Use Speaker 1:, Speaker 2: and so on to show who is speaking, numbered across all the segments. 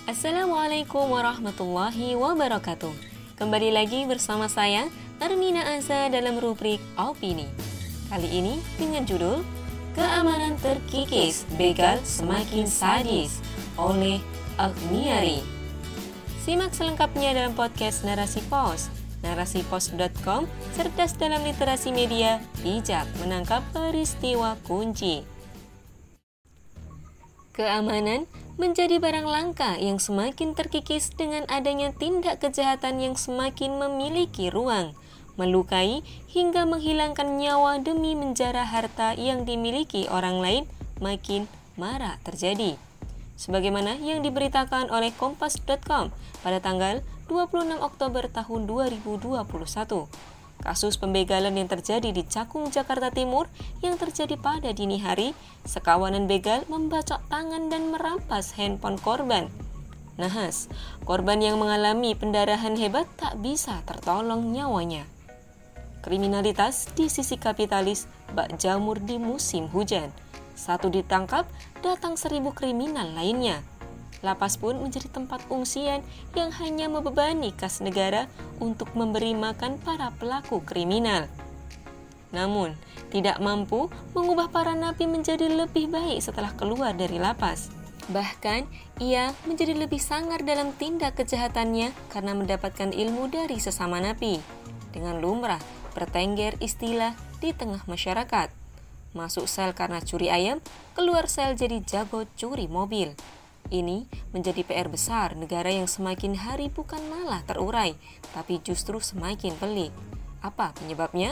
Speaker 1: Assalamualaikum warahmatullahi wabarakatuh. Kembali lagi bersama saya, Armina Azza dalam rubrik Opini. Kali ini dengan judul Keamanan Terkikis, Begal Semakin Sadis oleh Agniari. Simak selengkapnya dalam podcast Narasi Pos. Narasipos.com cerdas dalam literasi media, bijak menangkap peristiwa kunci. Keamanan menjadi barang langka yang semakin terkikis dengan adanya tindak kejahatan yang semakin memiliki ruang, melukai hingga menghilangkan nyawa demi menjara harta yang dimiliki orang lain makin marak terjadi. Sebagaimana yang diberitakan oleh Kompas.com pada tanggal 26 Oktober tahun 2021. Kasus pembegalan yang terjadi di Cakung, Jakarta Timur yang terjadi pada dini hari, sekawanan begal membacok tangan dan merampas handphone korban. Nahas, korban yang mengalami pendarahan hebat tak bisa tertolong nyawanya. Kriminalitas di sisi kapitalis bak jamur di musim hujan. Satu ditangkap, datang 1000 kriminal lainnya. Lapas pun menjadi tempat ungsian yang hanya membebani kas negara untuk memberi makan para pelaku kriminal. Namun, tidak mampu mengubah para napi menjadi lebih baik setelah keluar dari lapas. Bahkan, ia menjadi lebih sangar dalam tindak kejahatannya karena mendapatkan ilmu dari sesama napi. Dengan lumrah bertengger istilah di tengah masyarakat. Masuk sel karena curi ayam, keluar sel jadi jago curi mobil. Ini menjadi PR besar negara yang semakin hari bukan malah terurai, tapi justru semakin pelik. Apa penyebabnya?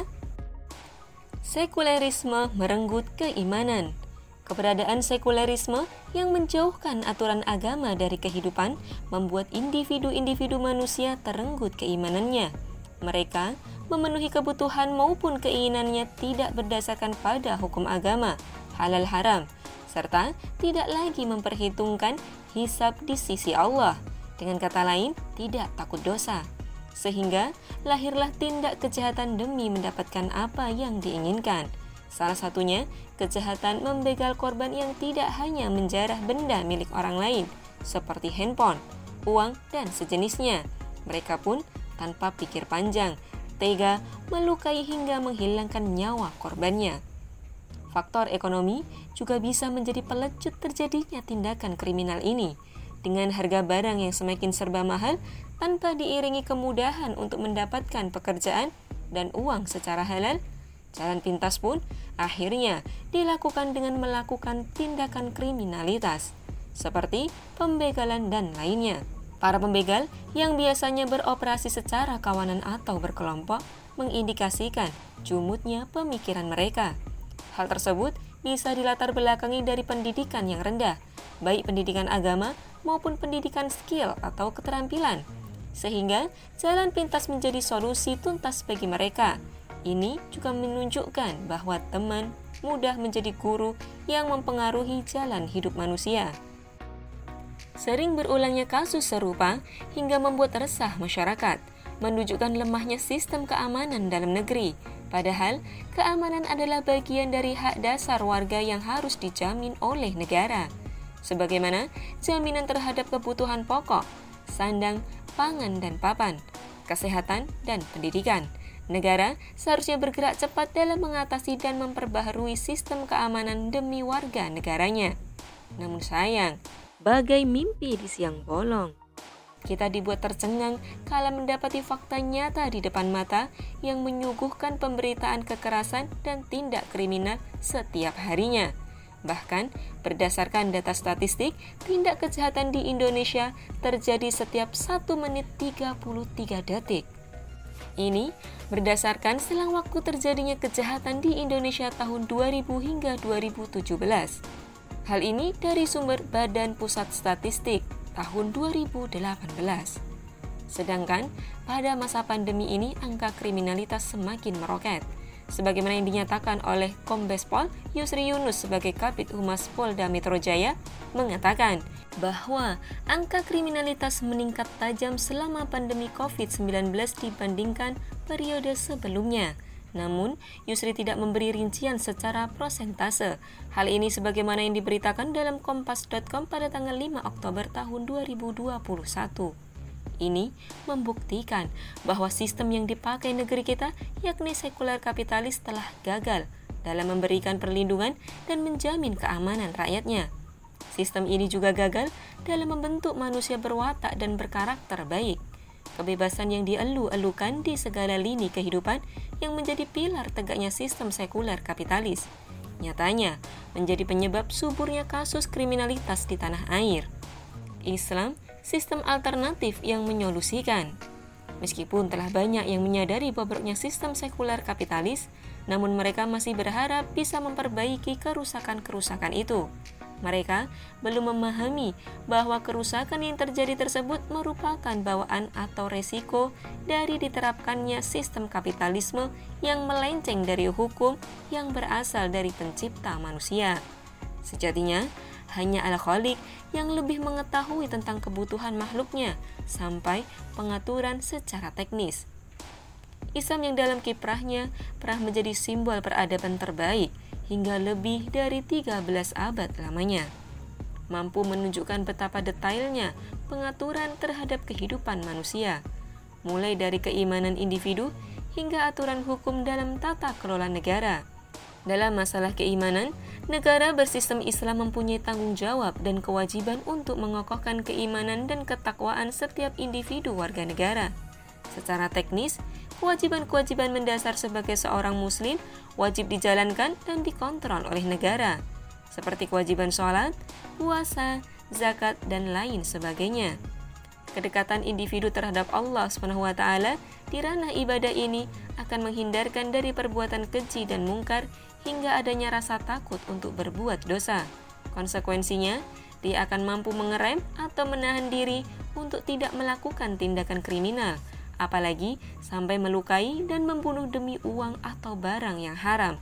Speaker 1: Sekulerisme merenggut keimanan. Keberadaan sekulerisme yang menjauhkan aturan agama dari kehidupan membuat individu-individu manusia terenggut keimanannya. Mereka memenuhi kebutuhan maupun keinginannya tidak berdasarkan pada hukum agama, halal haram, serta tidak lagi memperhitungkan hisab di sisi Allah. Dengan kata lain, tidak takut dosa. Sehingga lahirlah tindak kejahatan demi mendapatkan apa yang diinginkan. Salah satunya, kejahatan membegal korban yang tidak hanya menjarah benda milik orang lain, seperti handphone, uang, dan sejenisnya. Mereka pun tanpa pikir panjang, tega, melukai hingga menghilangkan nyawa korbannya. Faktor ekonomi juga bisa menjadi pelecut terjadinya tindakan kriminal ini. Dengan harga barang yang semakin serba mahal, tanpa diiringi kemudahan untuk mendapatkan pekerjaan dan uang secara halal, jalan pintas pun akhirnya dilakukan dengan melakukan tindakan kriminalitas, seperti pembegalan dan lainnya. Para pembegal yang biasanya beroperasi secara kawanan atau berkelompok mengindikasikan jumutnya pemikiran mereka. Hal tersebut bisa dilatar belakangi dari pendidikan yang rendah, baik pendidikan agama maupun pendidikan skill atau keterampilan, sehingga jalan pintas menjadi solusi tuntas bagi mereka. Ini juga menunjukkan bahwa teman mudah menjadi guru yang mempengaruhi jalan hidup manusia. Sering berulangnya kasus serupa hingga membuat resah masyarakat, menunjukkan lemahnya sistem keamanan dalam negeri. Padahal, keamanan adalah bagian dari hak dasar warga yang harus dijamin oleh negara. Sebagaimana jaminan terhadap kebutuhan pokok, sandang, pangan dan papan, kesehatan dan pendidikan. Negara seharusnya bergerak cepat dalam mengatasi dan memperbaharui sistem keamanan demi warga negaranya. Namun sayang, bagai mimpi di siang bolong. Kita dibuat tercengang kala mendapati fakta nyata di depan mata yang menyuguhkan pemberitaan kekerasan dan tindak kriminal setiap harinya. Bahkan, berdasarkan data statistik, tindak kejahatan di Indonesia terjadi setiap 1 menit 33 detik. Ini berdasarkan selang waktu terjadinya kejahatan di Indonesia tahun 2000 hingga 2017. Hal ini dari sumber Badan Pusat Statistik tahun 2018. Sedangkan pada masa pandemi ini angka kriminalitas semakin meroket. Sebagaimana yang dinyatakan oleh Kombes Pol Yusri Yunus sebagai Kabid Humas Polda Metro Jaya mengatakan bahwa angka kriminalitas meningkat tajam selama pandemi COVID-19 dibandingkan periode sebelumnya. Namun, Yusri tidak memberi rincian secara prosentase. Hal ini sebagaimana yang diberitakan dalam kompas.com pada tanggal 5 Oktober tahun 2021. Ini membuktikan bahwa sistem yang dipakai negeri kita, yakni sekuler kapitalis, telah gagal dalam memberikan perlindungan dan menjamin keamanan rakyatnya. Sistem ini juga gagal dalam membentuk manusia berwatak dan berkarakter baik. Kebebasan yang dielu-elukan di segala lini kehidupan yang menjadi pilar tegaknya sistem sekuler kapitalis, nyatanya menjadi penyebab suburnya kasus kriminalitas di tanah air. Islam, sistem alternatif yang menyolusikan. Meskipun telah banyak yang menyadari bobroknya sistem sekuler kapitalis, namun mereka masih berharap bisa memperbaiki kerusakan-kerusakan itu. Mereka belum memahami bahwa kerusakan yang terjadi tersebut merupakan bawaan atau resiko dari diterapkannya sistem kapitalisme yang melenceng dari hukum yang berasal dari pencipta manusia. Sejatinya, hanya Al-Khaliq yang lebih mengetahui tentang kebutuhan makhluknya sampai pengaturan secara teknis. Islam yang dalam kiprahnya pernah menjadi simbol peradaban terbaik hingga lebih dari 13 abad lamanya, mampu menunjukkan betapa detailnya pengaturan terhadap kehidupan manusia, mulai dari keimanan individu hingga aturan hukum dalam tata kelola negara. Dalam masalah keimanan, negara bersistem Islam mempunyai tanggung jawab dan kewajiban untuk mengokohkan keimanan dan ketakwaan setiap individu warga negara. Secara teknis, kewajiban-kewajiban mendasar sebagai seorang muslim wajib dijalankan dan dikontrol oleh negara, seperti kewajiban sholat, puasa, zakat, dan lain sebagainya. Kedekatan individu terhadap Allah SWT di ranah ibadah ini akan menghindarkan dari perbuatan keji dan mungkar hingga adanya rasa takut untuk berbuat dosa. Konsekuensinya, dia akan mampu mengerem atau menahan diri untuk tidak melakukan tindakan kriminal, apalagi sampai melukai dan membunuh demi uang atau barang yang haram.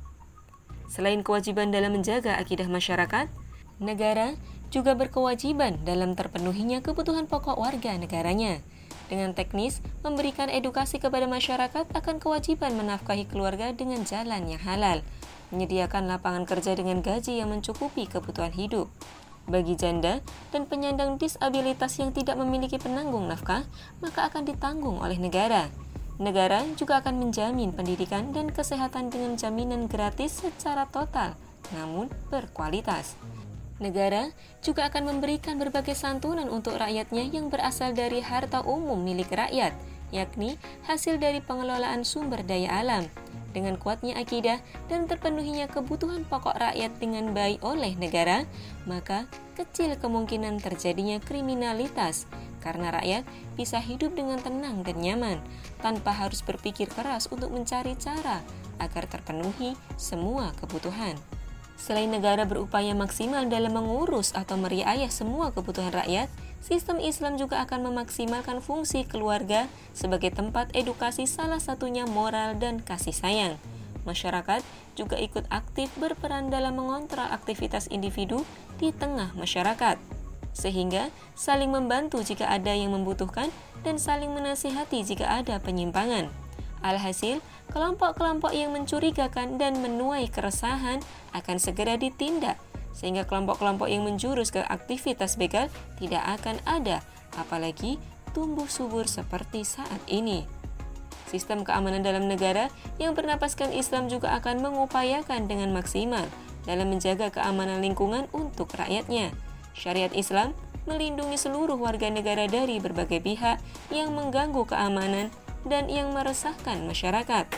Speaker 1: Selain kewajiban dalam menjaga akidah masyarakat, negara juga berkewajiban dalam terpenuhinya kebutuhan pokok warga negaranya. Dengan teknis, memberikan edukasi kepada masyarakat akan kewajiban menafkahi keluarga dengan jalan yang halal, menyediakan lapangan kerja dengan gaji yang mencukupi kebutuhan hidup. Bagi janda dan penyandang disabilitas yang tidak memiliki penanggung nafkah, maka akan ditanggung oleh negara. Negara juga akan menjamin pendidikan dan kesehatan dengan jaminan gratis secara total, namun berkualitas. Negara juga akan memberikan berbagai santunan untuk rakyatnya yang berasal dari harta umum milik rakyat, yakni hasil dari pengelolaan sumber daya alam. Dengan kuatnya akidah dan terpenuhinya kebutuhan pokok rakyat dengan baik oleh negara, maka kecil kemungkinan terjadinya kriminalitas, karena rakyat bisa hidup dengan tenang dan nyaman, tanpa harus berpikir keras untuk mencari cara agar terpenuhi semua kebutuhan. Selain negara berupaya maksimal dalam mengurus atau meriayah semua kebutuhan rakyat, sistem Islam juga akan memaksimalkan fungsi keluarga sebagai tempat edukasi, salah satunya moral dan kasih sayang. Masyarakat juga ikut aktif berperan dalam mengontrol aktivitas individu di tengah masyarakat, sehingga saling membantu jika ada yang membutuhkan dan saling menasihati jika ada penyimpangan. Alhasil, kelompok-kelompok yang mencurigakan dan menuai keresahan akan segera ditindak, sehingga kelompok-kelompok yang menjurus ke aktivitas begal tidak akan ada, apalagi tumbuh subur seperti saat ini. Sistem keamanan dalam negara yang bernapaskan Islam juga akan mengupayakan dengan maksimal dalam menjaga keamanan lingkungan untuk rakyatnya. Syariat Islam melindungi seluruh warga negara dari berbagai pihak yang mengganggu keamanan dan yang meresahkan masyarakat,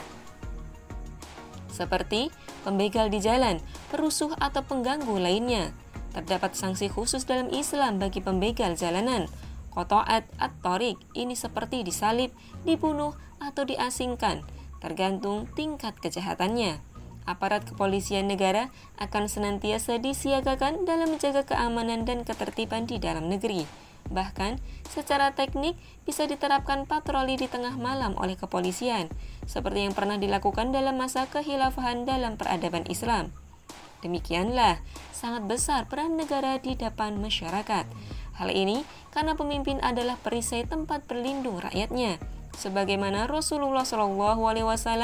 Speaker 1: seperti pembegal di jalan, perusuh atau pengganggu lainnya. Terdapat sanksi khusus dalam Islam bagi pembegal jalanan. Qata'at at-tariq ini seperti disalib, dibunuh, atau diasingkan, tergantung tingkat kejahatannya. Aparat kepolisian negara akan senantiasa disiagakan dalam menjaga keamanan dan ketertiban di dalam negeri. Bahkan, secara teknik bisa diterapkan patroli di tengah malam oleh kepolisian, seperti yang pernah dilakukan dalam masa kekhilafahan dalam peradaban Islam. Demikianlah, sangat besar peran negara di depan masyarakat. Hal ini karena pemimpin adalah perisai tempat berlindung rakyatnya, sebagaimana Rasulullah SAW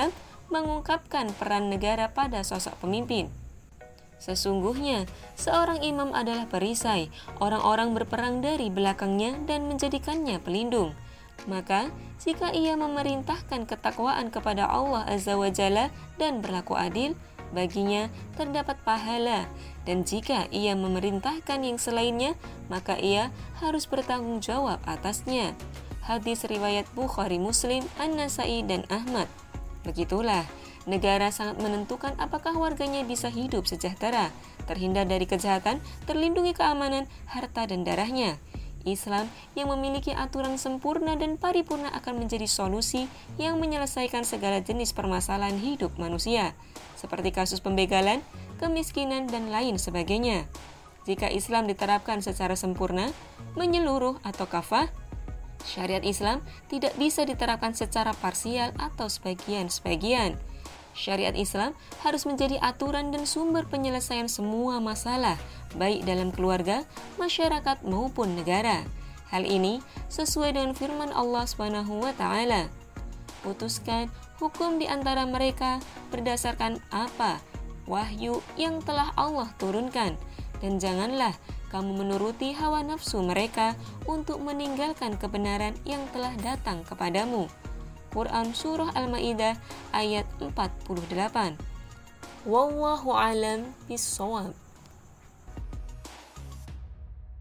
Speaker 1: mengungkapkan peran negara pada sosok pemimpin. Sesungguhnya, seorang imam adalah perisai, orang-orang berperang dari belakangnya dan menjadikannya pelindung. Maka, jika ia memerintahkan ketakwaan kepada Allah Azza wa Jalla dan berlaku adil, baginya terdapat pahala. Dan jika ia memerintahkan yang selainnya, maka ia harus bertanggung jawab atasnya. Hadis riwayat Bukhari, Muslim, An-Nasai, dan Ahmad. Begitulah, negara sangat menentukan apakah warganya bisa hidup sejahtera, terhindar dari kejahatan, terlindungi keamanan, harta dan darahnya. Islam yang memiliki aturan sempurna dan paripurna akan menjadi solusi yang menyelesaikan segala jenis permasalahan hidup manusia, seperti kasus pembegalan, kemiskinan, dan lain sebagainya. Jika Islam diterapkan secara sempurna, menyeluruh atau kafah, syariat Islam tidak bisa diterapkan secara parsial atau sebagian-sebagian. Syariat Islam harus menjadi aturan dan sumber penyelesaian semua masalah, baik dalam keluarga, masyarakat, maupun negara. Hal ini sesuai dengan firman Allah Subhanahu wa Ta'ala. Putuskan hukum di antara mereka berdasarkan apa wahyu yang telah Allah turunkan, dan janganlah kamu menuruti hawa nafsu mereka untuk meninggalkan kebenaran yang telah datang kepadamu. Quran Surah Al-Ma'idah ayat 48. Wallahu a'lam bishawab.